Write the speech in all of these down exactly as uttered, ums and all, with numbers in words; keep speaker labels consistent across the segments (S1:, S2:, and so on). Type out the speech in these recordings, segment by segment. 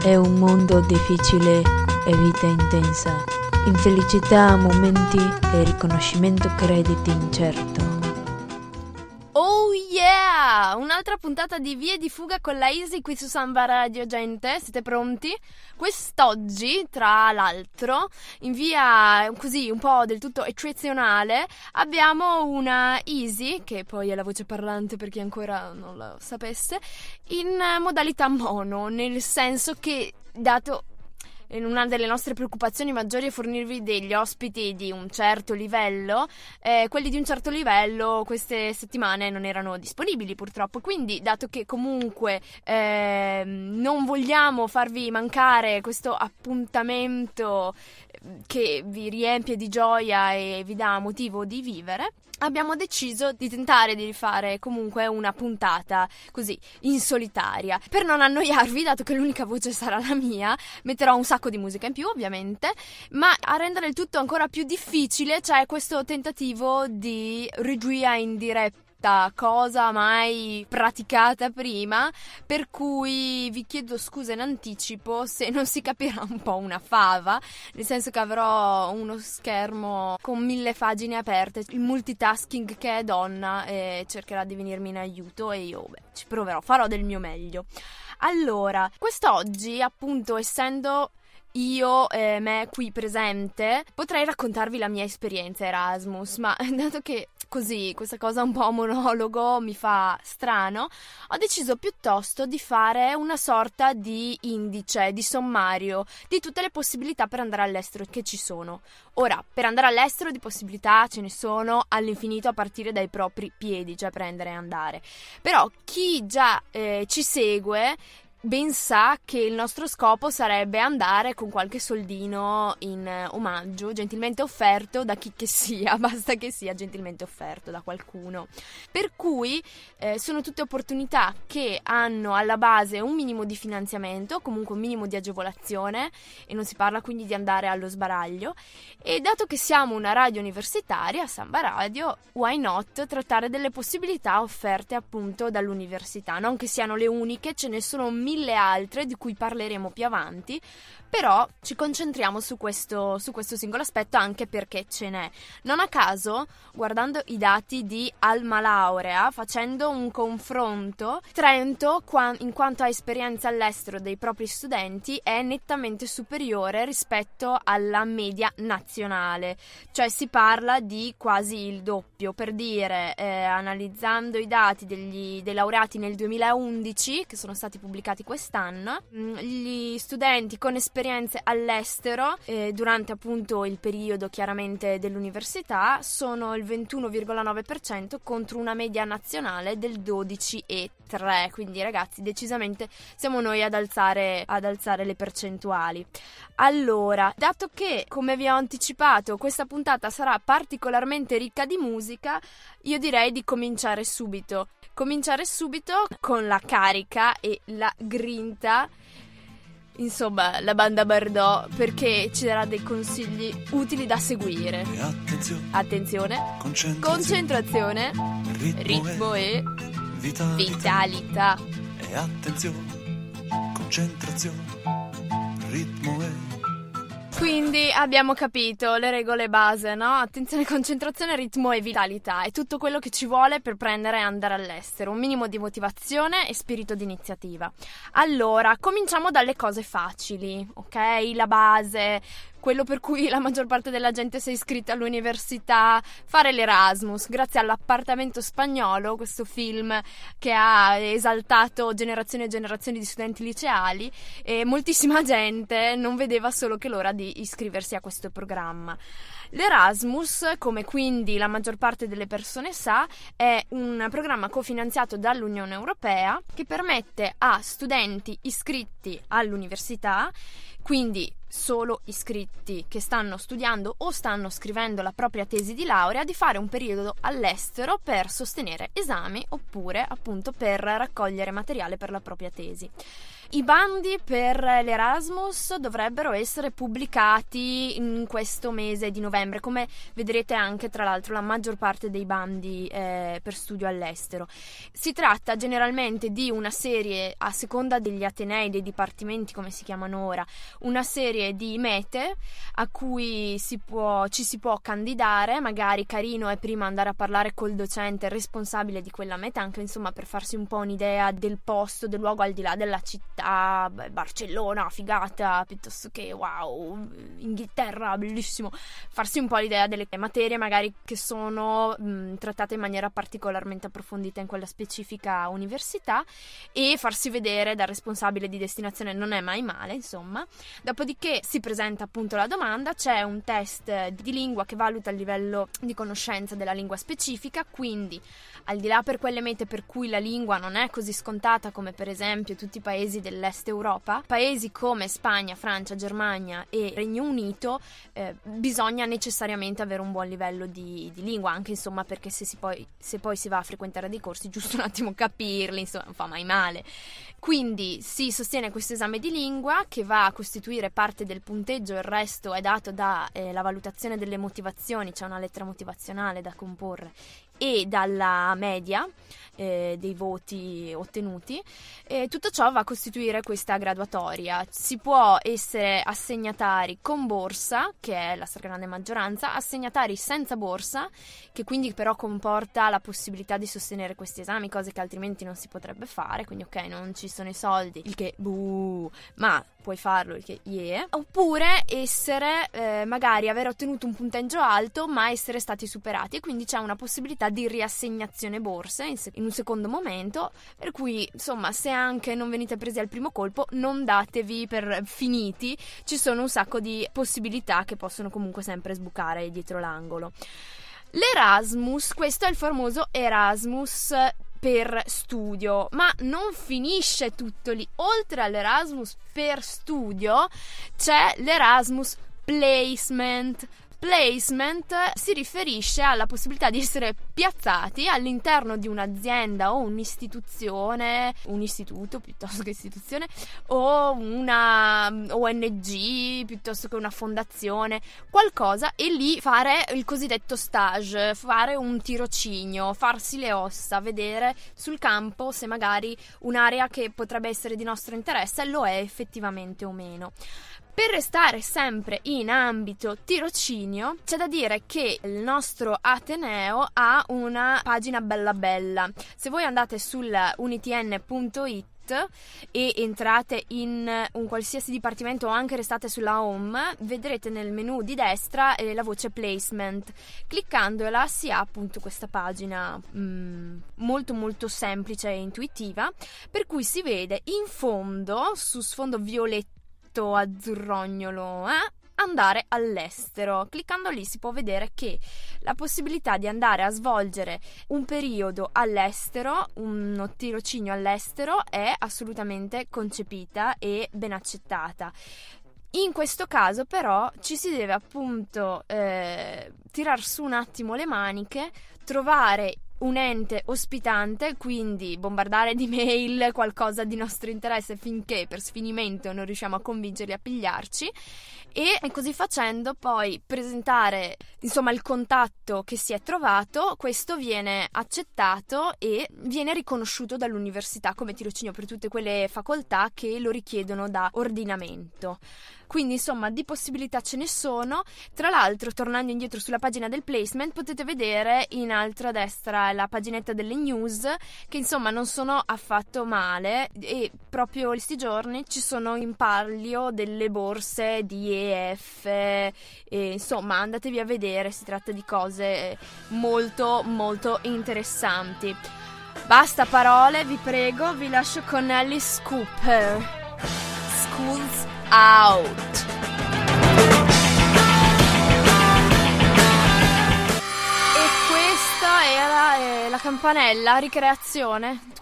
S1: È un mondo difficile e vita intensa, infelicità, momenti e riconoscimento crediti incerto.
S2: Oh yeah! Un'altra puntata di Vie di Fuga con la Easy qui su Samba Radio, gente. Siete pronti? Quest'oggi, tra l'altro, in via così un po' del tutto eccezionale, abbiamo una Easy, che poi è la voce parlante per chi ancora non lo sapesse, in modalità mono, nel senso che, dato una delle nostre preoccupazioni maggiori è fornirvi degli ospiti di un certo livello, eh, quelli di un certo livello queste settimane non erano disponibili purtroppo, quindi dato che comunque eh, non vogliamo farvi mancare questo appuntamento che vi riempie di gioia e vi dà motivo di vivere, abbiamo deciso di tentare di rifare comunque una puntata così in solitaria. Per non annoiarvi, dato che l'unica voce sarà la mia, metterò un sacco di musica in più ovviamente, ma a rendere il tutto ancora più difficile c'è questo tentativo di regia in diretta, cosa mai praticata prima, per cui vi chiedo scusa in anticipo se non si capirà un po' una fava, nel senso che avrò uno schermo con mille pagine aperte, il multitasking che è donna e cercherà di venirmi in aiuto e io beh, ci proverò, farò del mio meglio. Allora, quest'oggi appunto essendo io, eh, me qui presente, potrei raccontarvi la mia esperienza Erasmus, ma dato che così questa cosa un po' monologo mi fa strano, ho deciso piuttosto di fare una sorta di indice, di sommario di tutte le possibilità per andare all'estero che ci sono. Ora, per andare all'estero di possibilità ce ne sono all'infinito a partire dai propri piedi, cioè prendere e andare. Però chi già eh, ci segue ben sa che il nostro scopo sarebbe andare con qualche soldino in omaggio, gentilmente offerto da chi che sia, basta che sia gentilmente offerto da qualcuno. Per cui eh, sono tutte opportunità che hanno alla base un minimo di finanziamento, comunque un minimo di agevolazione, e non si parla quindi di andare allo sbaraglio. E dato che siamo una radio universitaria, Samba Radio, why not trattare delle possibilità offerte appunto dall'università? Non che siano le uniche, ce ne sono mille mille altre di cui parleremo più avanti, però ci concentriamo su questo, su questo singolo aspetto, anche perché ce n'è. Non a caso, guardando i dati di Alma Laurea, facendo un confronto, Trento, in quanto a esperienza all'estero dei propri studenti, è nettamente superiore rispetto alla media nazionale, cioè si parla di quasi il doppio. Per dire, eh, analizzando i dati degli, dei laureati nel duemilaundici, che sono stati pubblicati quest'anno, gli studenti con esperienze all'estero eh, durante appunto il periodo chiaramente dell'università sono il ventuno virgola nove per cento contro una media nazionale del dodici virgola tre per cento, quindi ragazzi decisamente siamo noi ad alzare, ad alzare le percentuali. Allora, dato che come vi ho anticipato questa puntata sarà particolarmente ricca di musica, io direi di cominciare subito cominciare subito con la carica e la grinta, insomma la banda Bardot, perché ci darà dei consigli utili da seguire.
S3: E attenzione,
S2: attenzione,
S3: concentrazione,
S2: concentrazione
S3: ritmo,
S2: ritmo e
S3: vitalità.
S2: vitalità.
S3: E attenzione, concentrazione, ritmo e
S2: Quindi abbiamo capito le regole base, no? Attenzione, concentrazione, ritmo e vitalità. È tutto quello che ci vuole per prendere e andare all'estero. Un minimo di motivazione e spirito di iniziativa. Allora, cominciamo dalle cose facili, ok? La base, quello per cui la maggior parte della gente si è iscritta all'università, fare l'Erasmus. Grazie all'Appartamento Spagnolo, questo film che ha esaltato generazioni e generazioni di studenti liceali, e moltissima gente non vedeva solo che l'ora di iscriversi a questo programma. L'Erasmus, come quindi la maggior parte delle persone sa, è un programma cofinanziato dall'Unione Europea che permette a studenti iscritti all'università, quindi solo iscritti che stanno studiando o stanno scrivendo la propria tesi di laurea, di fare un periodo all'estero per sostenere esami oppure appunto per raccogliere materiale per la propria tesi. I bandi per l'Erasmus dovrebbero essere pubblicati in questo mese di novembre, come vedrete anche tra l'altro la maggior parte dei bandi eh, per studio all'estero. Si tratta generalmente di una serie, a seconda degli atenei, dei dipartimenti come si chiamano ora, una serie di mete a cui si può, ci si può candidare. Magari carino è prima andare a parlare col docente responsabile di quella meta, anche insomma per farsi un po' un'idea del posto, del luogo al di là della città, beh, Barcellona, figata, piuttosto che wow, Inghilterra, bellissimo, farsi un po' l'idea delle materie magari che sono mh, trattate in maniera particolarmente approfondita in quella specifica università, e farsi vedere dal responsabile di destinazione non è mai male, insomma. Dopodiché si presenta appunto la domanda, c'è un test di lingua che valuta il livello di conoscenza della lingua specifica, quindi al di là per quelle mete per cui la lingua non è così scontata come per esempio tutti i paesi dell'est Europa, paesi come Spagna, Francia, Germania e Regno Unito, eh, bisogna necessariamente avere un buon livello di, di lingua, anche insomma perché se, si poi, se poi si va a frequentare dei corsi, giusto un attimo capirli, insomma non fa mai male. Quindi si sostiene questo esame di lingua che va a costituire parte del punteggio, il resto è dato dalla eh, valutazione delle motivazioni, c'è una lettera motivazionale da comporre, e dalla media eh, dei voti ottenuti. E tutto ciò va a costituire questa graduatoria. Si può essere assegnatari con borsa, che è la stragrande maggioranza, assegnatari senza borsa, che quindi però comporta la possibilità di sostenere questi esami, cose che altrimenti non si potrebbe fare. Quindi ok, non ci sono i soldi, il che buh, ma puoi farlo, il che yeah. Oppure essere eh, magari aver ottenuto un punteggio alto ma essere stati superati, e quindi c'è una possibilità di riassegnazione borse in, sec- in un secondo momento, per cui insomma se anche non venite presi al primo colpo non datevi per finiti, ci sono un sacco di possibilità che possono comunque sempre sbucare dietro l'angolo. L'Erasmus, questo è il famoso Erasmus per studio, ma non finisce tutto lì. Oltre all'Erasmus per studio c'è l'Erasmus Placement. Placement si riferisce alla possibilità di essere piazzati all'interno di un'azienda o un'istituzione, un istituto piuttosto che istituzione, o una O N G piuttosto che una fondazione, qualcosa, e lì fare il cosiddetto stage, fare un tirocinio, farsi le ossa, vedere sul campo se magari un'area che potrebbe essere di nostro interesse lo è effettivamente o meno. Per restare sempre in ambito tirocinio, c'è da dire che il nostro Ateneo ha una pagina bella bella. Se voi andate sul unitn punto it e entrate in un qualsiasi dipartimento o anche restate sulla home, vedrete nel menu di destra eh, la voce placement. Cliccandola si ha appunto questa pagina mm, molto molto semplice e intuitiva, per cui si vede in fondo, su sfondo violetto azzurrognolo, eh? andare all'estero. Cliccando lì si può vedere che la possibilità di andare a svolgere un periodo all'estero, un tirocinio all'estero, è assolutamente concepita e ben accettata. In questo caso però ci si deve appunto eh, tirar su un attimo le maniche, trovare un ente ospitante, quindi bombardare di mail qualcosa di nostro interesse finché per sfinimento non riusciamo a convincerli a pigliarci, e così facendo poi presentare insomma il contatto che si è trovato. Questo viene accettato e viene riconosciuto dall'università come tirocinio per tutte quelle facoltà che lo richiedono da ordinamento. Quindi insomma di possibilità ce ne sono. Tra l'altro, tornando indietro sulla pagina del placement, potete vedere in alto a destra la paginetta delle news, che insomma non sono affatto male, e proprio in questi giorni ci sono in palio delle borse di E F, e insomma andatevi a vedere, si tratta di cose molto molto interessanti. Basta parole, vi prego, vi lascio con Alice Cooper. School's out. E questa era eh, la campanella ricreazione.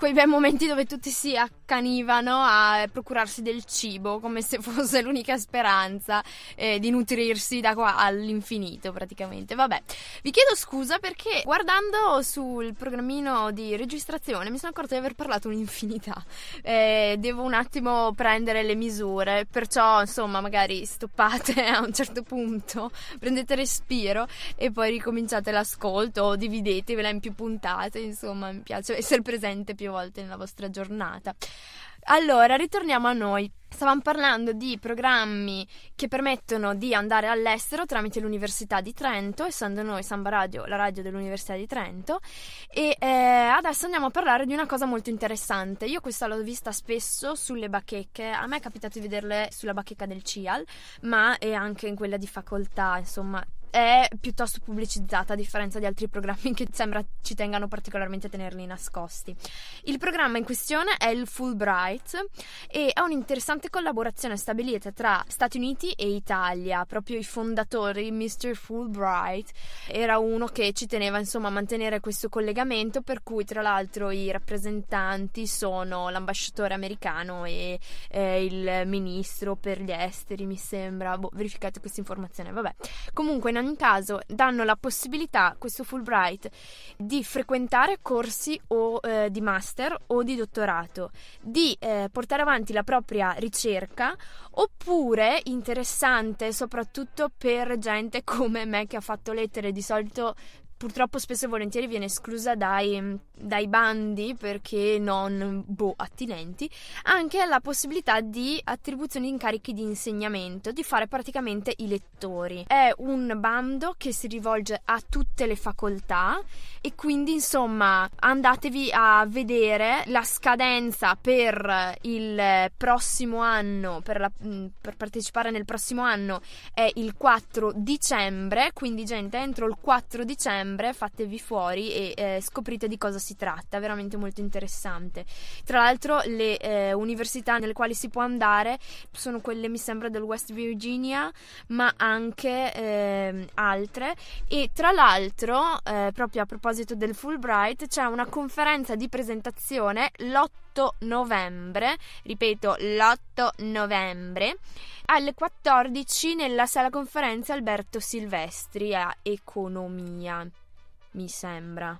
S2: quei bei momenti dove tutti si accanivano a procurarsi del cibo come se fosse l'unica speranza eh, di nutrirsi da qua all'infinito praticamente. Vabbè, vi chiedo scusa perché guardando sul programmino di registrazione mi sono accorta di aver parlato un'infinità. Eh, devo un attimo prendere le misure, perciò insomma magari stoppate a un certo punto, prendete respiro e poi ricominciate l'ascolto o dividetevela in più puntate. Insomma, mi piace essere presente più volte nella vostra giornata. Allora, ritorniamo a noi. Stavamo parlando di programmi che permettono di andare all'estero tramite l'Università di Trento, essendo noi Samba Radio la radio dell'Università di Trento, e eh, adesso andiamo a parlare di una cosa molto interessante. Io questa l'ho vista spesso sulle bacheche, a me è capitato di vederle sulla bacheca del C I A L, ma è anche in quella di facoltà, insomma è piuttosto pubblicizzata a differenza di altri programmi che sembra ci tengano particolarmente a tenerli nascosti. Il programma in questione è il Fulbright e è un'interessante collaborazione stabilita tra Stati Uniti e Italia. Proprio i fondatori, mister Fulbright era uno che ci teneva insomma a mantenere questo collegamento, per cui tra l'altro i rappresentanti sono l'ambasciatore americano e eh, il ministro per gli esteri, mi sembra. Boh, verificate questa informazione, vabbè. Comunque in ogni caso danno la possibilità, questo Fulbright, di frequentare corsi o eh, di master o di dottorato, di eh, portare avanti la propria ricerca, oppure interessante soprattutto per gente come me che ha fatto lettere, di solito purtroppo spesso e volentieri viene esclusa dai, dai bandi perché non boh, attinenti, anche la possibilità di attribuzioni di incarichi di insegnamento, di fare praticamente i lettori. È un bando che si rivolge a tutte le facoltà e quindi insomma andatevi a vedere la scadenza per il prossimo anno, per, la, per partecipare nel prossimo anno è il quattro dicembre, quindi gente entro il quattro dicembre fatevi fuori e eh, scoprite di cosa si tratta, veramente molto interessante. Tra l'altro le eh, università nelle quali si può andare sono quelle mi sembra del West Virginia, ma anche eh, altre, e tra l'altro eh, proprio a proposito del Fulbright c'è una conferenza di presentazione l'otto novembre, ripeto l'otto novembre alle quattordici nella sala conferenze Alberto Silvestri a Economia, mi sembra.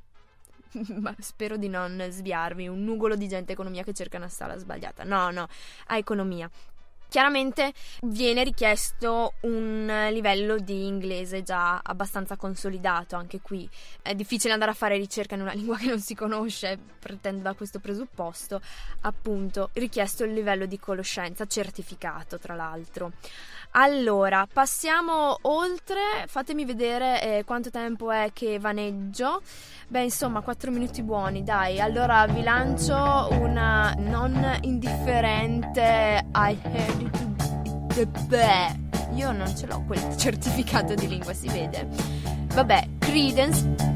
S2: Ma spero di non sviarvi, un nugolo di gente economia che cerca una sala sbagliata. No, no, a Economia. Chiaramente viene richiesto un livello di inglese già abbastanza consolidato, anche qui è difficile andare a fare ricerca in una lingua che non si conosce, partendo da questo presupposto, appunto richiesto il livello di conoscenza certificato tra l'altro. Allora, passiamo oltre, fatemi vedere eh, quanto tempo è che vaneggio. Beh, insomma, quattro minuti buoni, dai. Allora vi lancio una non indifferente I heard it the io non ce l'ho quel certificato di lingua, si vede. Vabbè, Creedence.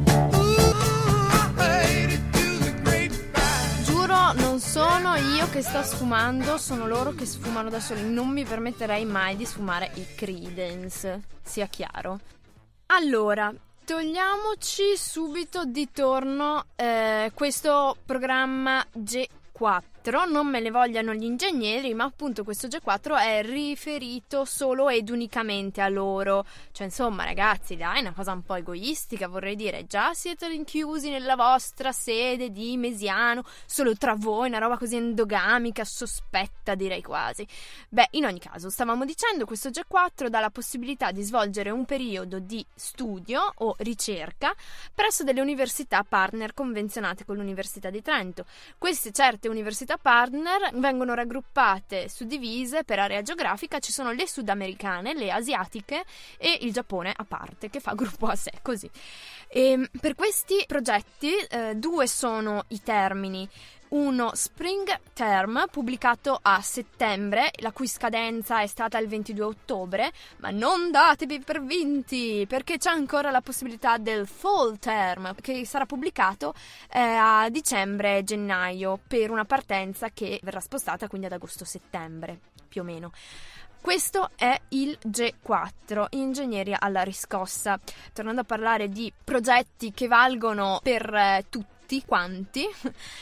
S2: Giuro, non sono io che sto sfumando, sono loro che sfumano da soli. Non mi permetterei mai di sfumare i Creedence, sia chiaro. Allora, togliamoci subito di torno eh, questo programma G quattro. Non me ne vogliano gli ingegneri, ma appunto questo G quattro è riferito solo ed unicamente a loro. Cioè insomma ragazzi, dai, una cosa un po' egoistica, vorrei dire. Già siete rinchiusi nella vostra sede di Mesiano, solo tra voi, una roba così endogamica, sospetta direi quasi. Beh, in ogni caso, stavamo dicendo, questo G quattro dà la possibilità di svolgere un periodo di studio o ricerca presso delle università partner convenzionate con l'Università di Trento. Queste certe università partner vengono raggruppate, suddivise per area geografica. Ci sono le sudamericane, le asiatiche e il Giappone a parte, che fa gruppo a sé, così. E per questi progetti eh, due sono i termini. Uno Spring Term, pubblicato a settembre, la cui scadenza è stata il ventidue ottobre, ma non datevi per vinti, perché c'è ancora la possibilità del Fall Term, che sarà pubblicato eh, a dicembre-gennaio, per una partenza che verrà spostata quindi ad agosto-settembre, più o meno. Questo è il G quattro, Ingegneria alla riscossa. Tornando a parlare di progetti che valgono per eh, tutti quanti,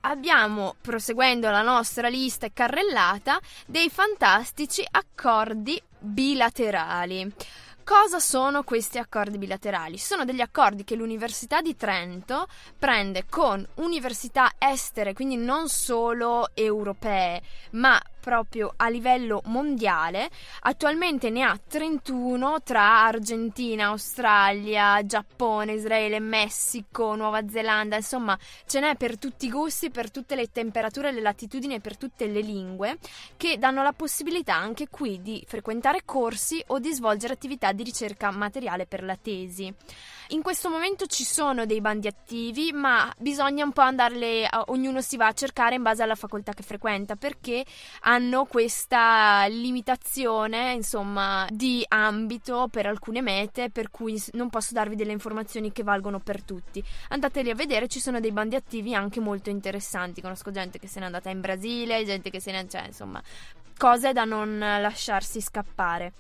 S2: abbiamo, proseguendo la nostra lista carrellata, dei fantastici accordi bilaterali. Cosa sono questi accordi bilaterali? Sono degli accordi che l'Università di Trento prende con università estere, quindi non solo europee, ma proprio a livello mondiale. Attualmente ne ha trentuno tra Argentina, Australia, Giappone, Israele, Messico, Nuova Zelanda, insomma ce n'è per tutti i gusti, per tutte le temperature, le latitudini e per tutte le lingue, che danno la possibilità anche qui di frequentare corsi o di svolgere attività di ricerca materiale per la tesi. In questo momento ci sono dei bandi attivi, ma bisogna un po' andarle, ognuno si va a cercare in base alla facoltà che frequenta, perché hanno questa limitazione, insomma, di ambito per alcune mete, per cui non posso darvi delle informazioni che valgono per tutti. Andateli a vedere, ci sono dei bandi attivi anche molto interessanti. Conosco gente che se n'è andata in Brasile, gente che se ne, cioè, insomma, cose da non lasciarsi scappare.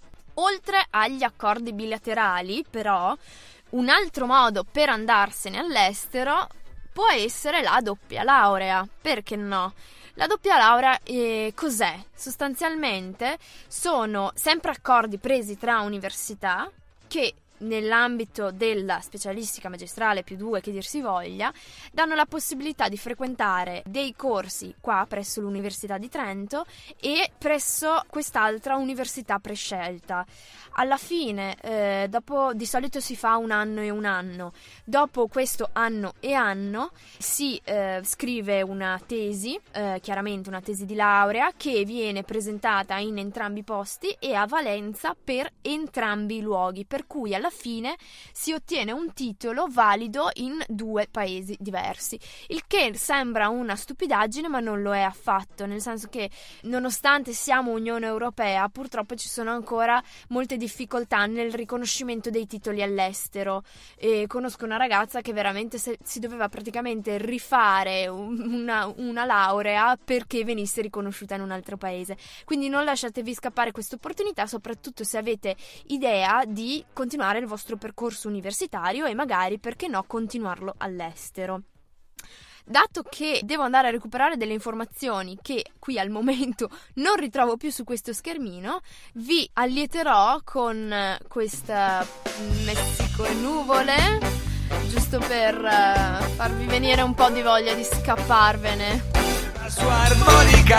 S2: Oltre agli accordi bilaterali, però, un altro modo per andarsene all'estero può essere la doppia laurea. Perché no? La doppia laurea eh, cos'è? Sostanzialmente sono sempre accordi presi tra università che, nell'ambito della specialistica magistrale più due che dir si voglia, danno la possibilità di frequentare dei corsi qua presso l'Università di Trento e presso quest'altra università prescelta. Alla fine, eh, dopo, di solito si fa un anno e un anno. Dopo questo anno e anno si eh, scrive una tesi, eh, chiaramente una tesi di laurea, che viene presentata in entrambi i posti e ha valenza per entrambi i luoghi, per cui alla fine si ottiene un titolo valido in due paesi diversi, il che sembra una stupidaggine, ma non lo è affatto, nel senso che nonostante siamo Unione Europea, purtroppo ci sono ancora molte difficoltà nel riconoscimento dei titoli all'estero. E conosco una ragazza che veramente se, si doveva praticamente rifare una, una laurea perché venisse riconosciuta in un altro paese, quindi non lasciatevi scappare questa opportunità, soprattutto se avete idea di continuare il vostro percorso universitario e magari, perché no, continuarlo all'estero. Dato che devo andare a recuperare delle informazioni che qui al momento non ritrovo più su questo schermino, vi allieterò con questa Messico e nuvole, giusto per uh, farvi venire un po' di voglia di scapparvene.
S3: La sua armonica,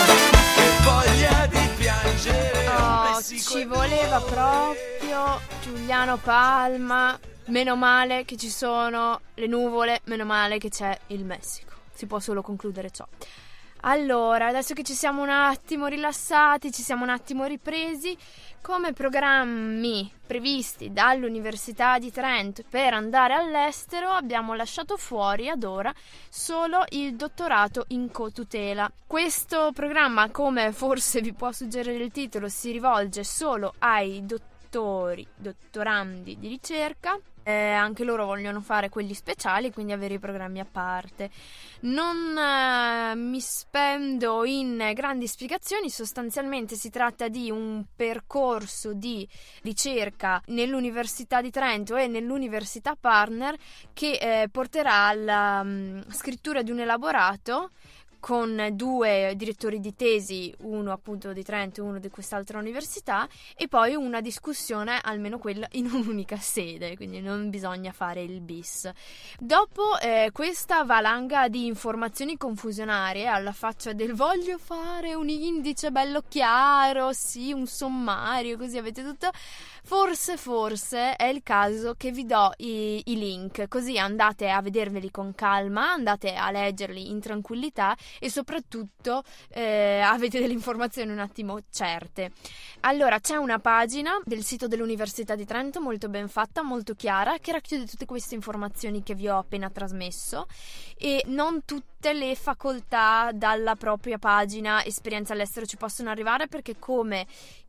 S3: che voglia di piangere.
S2: Oh, ci voleva proprio Giuliano Palma. Meno male che ci sono le nuvole, meno male che c'è il Messico. Si può solo concludere ciò. Allora, adesso che ci siamo un attimo rilassati, ci siamo un attimo ripresi, come programmi previsti dall'Università di Trento per andare all'estero abbiamo lasciato fuori ad ora solo il dottorato in cotutela. Questo programma, come forse vi può suggerire il titolo, si rivolge solo ai dottori, dottorandi di ricerca. Eh, anche loro vogliono fare quelli speciali, quindi avere i programmi a parte. Non eh, mi spendo in grandi spiegazioni, sostanzialmente si tratta di un percorso di ricerca nell'Università di Trento e nell'Università Partner che eh, porterà alla um, scrittura di un elaborato con due direttori di tesi, uno appunto di Trento e uno di quest'altra università, e poi una discussione, almeno quella, in un'unica sede, quindi non bisogna fare il bis. Dopo eh, questa valanga di informazioni confusionarie, alla faccia del voglio fare un indice bello chiaro, sì, un sommario, così avete tutto, forse forse è il caso che vi do i, i link, così andate a vederveli con calma, andate a leggerli in tranquillità e soprattutto eh, avete delle informazioni un attimo certe. Allora, c'è una pagina del sito dell'Università di Trento molto ben fatta, molto chiara, che racchiude tutte queste informazioni che vi ho appena trasmesso, e non tutte le facoltà dalla propria pagina esperienza all'estero ci possono arrivare, perché come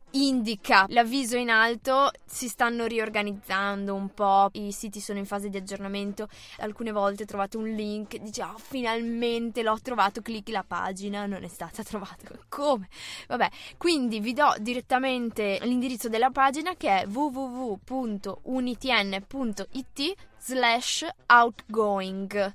S2: indica l'avviso in alto si stanno riorganizzando un po', i siti sono in fase di aggiornamento, alcune volte trovate un link, dice oh, finalmente l'ho trovato, clicchi la pagina, non è stata trovata, come? Vabbè, quindi vi do direttamente l'indirizzo della pagina, che è w w w punto unitn punto i t slash outgoing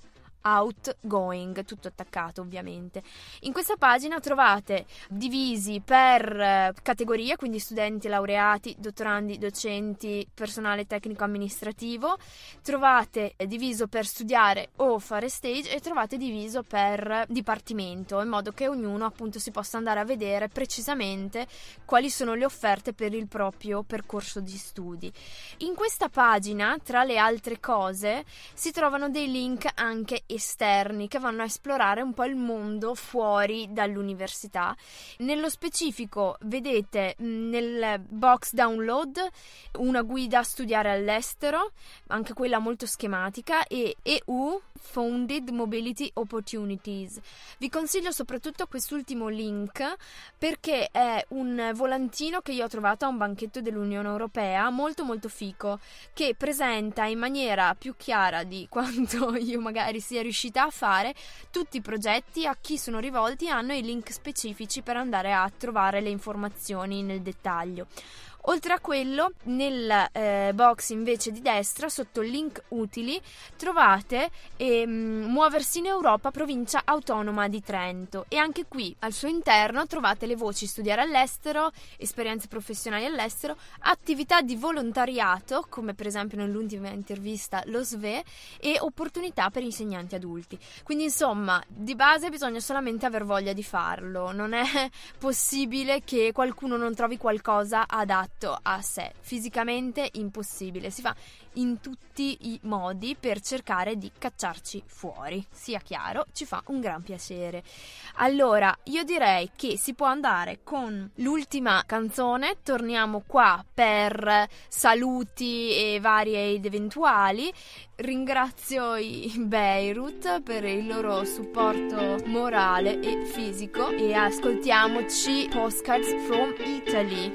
S2: outgoing, tutto attaccato ovviamente. In questa pagina trovate divisi per eh, categorie, quindi studenti, laureati, dottorandi, docenti, personale tecnico amministrativo, trovate diviso per studiare o fare stage e trovate diviso per dipartimento, in modo che ognuno appunto si possa andare a vedere precisamente quali sono le offerte per il proprio percorso di studi. In questa pagina, tra le altre cose, si trovano dei link anche esterni che vanno a esplorare un po' il mondo fuori dall'università. Nello specifico vedete nel box download una guida a studiare all'estero, anche quella molto schematica, e E U Founded Mobility Opportunities. Vi consiglio soprattutto quest'ultimo link perché è un volantino che io ho trovato a un banchetto dell'Unione Europea, molto molto fico, che presenta in maniera più chiara di quanto io magari sia riuscita a fare tutti i progetti, a chi sono rivolti, hanno i link specifici per andare a trovare le informazioni nel dettaglio. Oltre a quello, nel eh, box invece di destra, sotto il link utili, trovate ehm, Muoversi in Europa, provincia autonoma di Trento, e anche qui al suo interno trovate le voci studiare all'estero, esperienze professionali all'estero, attività di volontariato, come per esempio nell'ultima intervista lo S V E, e opportunità per insegnanti adulti. Quindi insomma, di base bisogna solamente aver voglia di farlo, non è possibile che qualcuno non trovi qualcosa adatto a sé, fisicamente impossibile, si fa in tutti i modi per cercare di cacciarci fuori, sia chiaro, ci fa un gran piacere. Allora, io direi che si può andare con l'ultima canzone, torniamo qua per saluti e vari ed eventuali. Ringrazio i Beirut per il loro supporto morale e fisico e ascoltiamoci Postcards from Italy.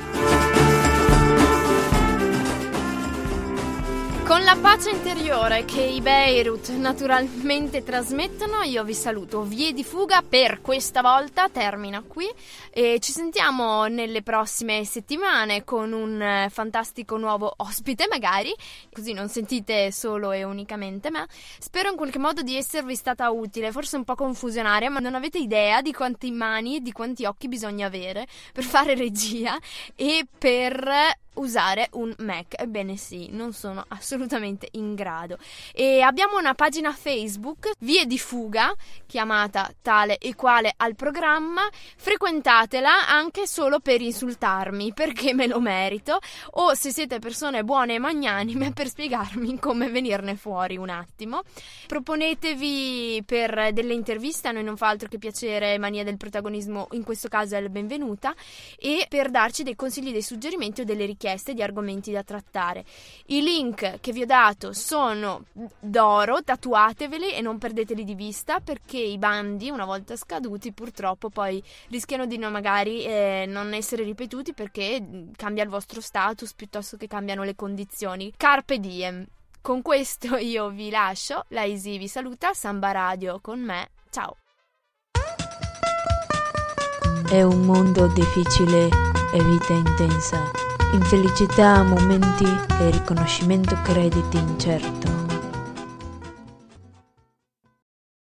S2: Con la pace interiore che i Beirut naturalmente trasmettono, io vi saluto. Vie di fuga per questa volta termina qui e ci sentiamo nelle prossime settimane con un fantastico nuovo ospite, magari, così non sentite solo e unicamente me. Spero in qualche modo di esservi stata utile, forse un po' confusionaria, ma non avete idea di quante mani e di quanti occhi bisogna avere per fare regia e per usare un Mac. Ebbene sì, non sono assolutamente in grado. E abbiamo una pagina Facebook, Vie di Fuga, chiamata tale e quale al programma. Frequentatela anche solo per insultarmi, perché me lo merito, o se siete persone buone e magnanime per spiegarmi come venirne fuori un attimo. Proponetevi per delle interviste, a noi non fa altro che piacere, mania del protagonismo in questo caso è la benvenuta, e per darci dei consigli, dei suggerimenti o delle richieste di argomenti da trattare. I link che vi ho dato sono d'oro, tatuateveli e non perdeteli di vista, perché i bandi una volta scaduti purtroppo poi rischiano di non, magari eh, non essere ripetuti, perché cambia il vostro status piuttosto che cambiano le condizioni. Carpe diem. Con questo io vi lascio, la Isi vi saluta, Samba Radio con me, ciao.
S1: È un mondo difficile e vita intensa, infelicità, momenti e riconoscimento crediti incerto.